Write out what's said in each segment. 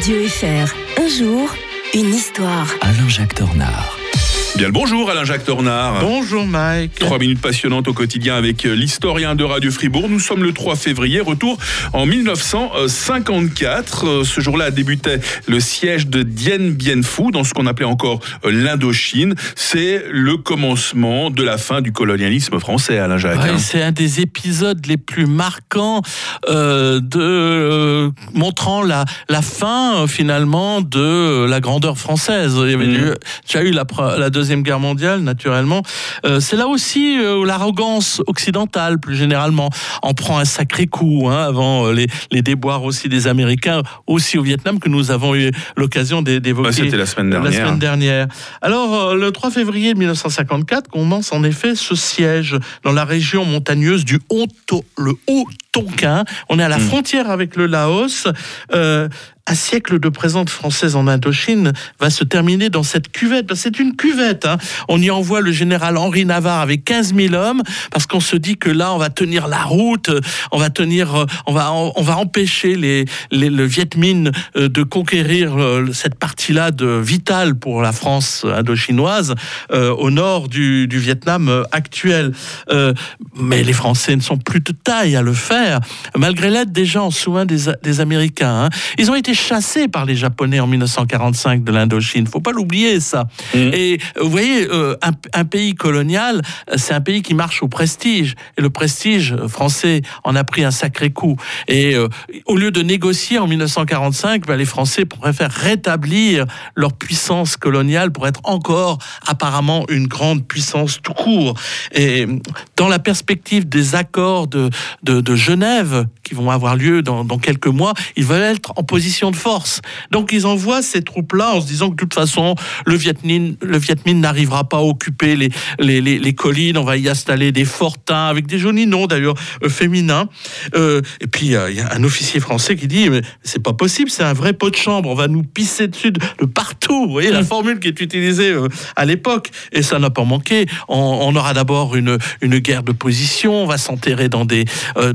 Radio FR. Un jour, une histoire. Alain-Jacques Tornard. Bien le bonjour Alain-Jacques Tornard. Bonjour Mike. 3 minutes passionnantes au quotidien avec l'historien de Radio Fribourg. Nous sommes le 3 février, retour en 1954. Ce jour-là débutait le siège de Dien Bien Phu, dans ce qu'on appelait encore l'Indochine. C'est le commencement de la fin du colonialisme français, Alain-Jacques. Oui, c'est un des épisodes les plus marquants montrant la fin finalement de la grandeur française. Il y avait déjà eu la Deuxième Guerre mondiale, naturellement. C'est là aussi où l'arrogance occidentale, plus généralement, en prend un sacré coup, avant les déboires aussi des Américains, aussi au Vietnam, que nous avons eu l'occasion d'évoquer. C'était la semaine dernière. Alors, le 3 février 1954 commence en effet ce siège dans la région montagneuse du le Haut-Tonkin. On est à la frontière avec le Laos. Un siècle de présence française en Indochine va se terminer dans cette cuvette. C'est une cuvette. On y envoie le général Henri Navarre avec 15 000 hommes parce qu'on se dit que là, on va tenir la route, on va empêcher le Viet Minh de conquérir cette partie-là vitale pour la France indochinoise au nord du Vietnam actuel. Mais les Français ne sont plus de taille à le faire, malgré l'aide des gens, souvent des Américains. Ils ont été chassés par les Japonais en 1945 de l'Indochine. Faut pas l'oublier, ça. Et vous voyez, un pays colonial, c'est un pays qui marche au prestige. Et le prestige français en a pris un sacré coup. Et au lieu de négocier en 1945, les Français préfèrent rétablir leur puissance coloniale pour être encore apparemment une grande puissance tout court. Et dans la perspective des accords de Genève qui vont avoir lieu dans quelques mois, ils veulent être en position de force. Donc ils envoient ces troupes-là en se disant que de toute façon, le Viet Minh n'arrivera pas à occuper les collines, on va y installer des fortins avec des jolis noms d'ailleurs féminins. Et puis il y a un officier français qui dit mais c'est pas possible, c'est un vrai pot de chambre, on va nous pisser dessus de partout. Vous voyez la formule qui est utilisée à l'époque, et ça n'a pas manqué. On aura d'abord une guerre de position, on va s'enterrer dans des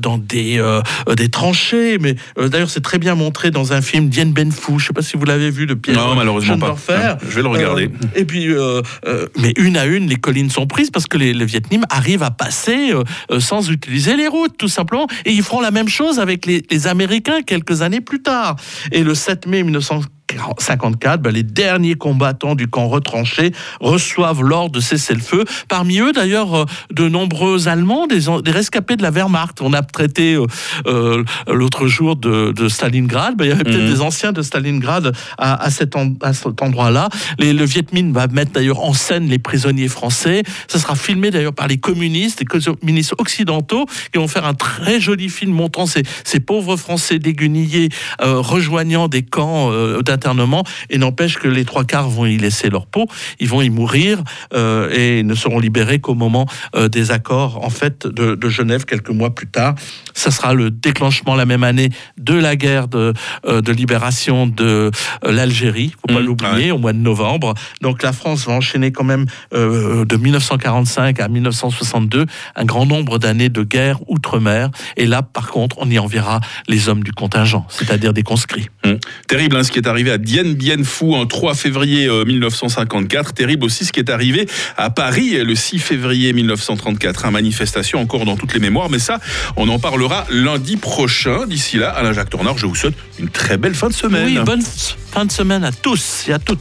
tranchées, mais d'ailleurs c'est très bien montré dans un film Dien Bien Phu, je ne sais pas si vous l'avez vu de Pierre. Non, malheureusement pas. Je vais le regarder. Et puis, mais une à une, les collines sont prises parce que les Viet Minh arrivent à passer sans utiliser les routes, tout simplement. Et ils feront la même chose avec les Américains quelques années plus tard. Et le 7 mai 1954, les derniers combattants du camp retranché reçoivent l'ordre de cessez-le-feu. Parmi eux, d'ailleurs, de nombreux Allemands, des rescapés de la Wehrmacht. On a traité l'autre jour de Stalingrad. Il y avait peut-être des anciens de Stalingrad à cet endroit-là. Le Viet Minh va mettre d'ailleurs en scène les prisonniers français. Ça sera filmé d'ailleurs par les communistes occidentaux qui vont faire un très joli film montrant ces pauvres Français déguenillés rejoignant des camps d'internement, et n'empêche que les 3/4 vont y laisser leur peau, ils vont y mourir et ne seront libérés qu'au moment des accords en fait de Genève quelques mois plus tard. Ça sera le déclenchement la même année de la guerre de libération de l'Algérie, faut pas l'oublier, au mois de novembre. Donc la France va enchaîner quand même de 1945 à 1962 un grand nombre d'années de guerre outre-mer, et là par contre on y enverra les hommes du contingent, c'est-à-dire des conscrits. Terrible ce qui est arrivé à Dien Bien Phu en 3 février 1954. Terrible aussi ce qui est arrivé à Paris le 6 février 1934. Manifestation encore dans toutes les mémoires, mais ça, on en parlera lundi prochain. D'ici là, Alain-Jacques Tornard, je vous souhaite une très belle fin de semaine. Oui, bonne fin de semaine à tous et à toutes.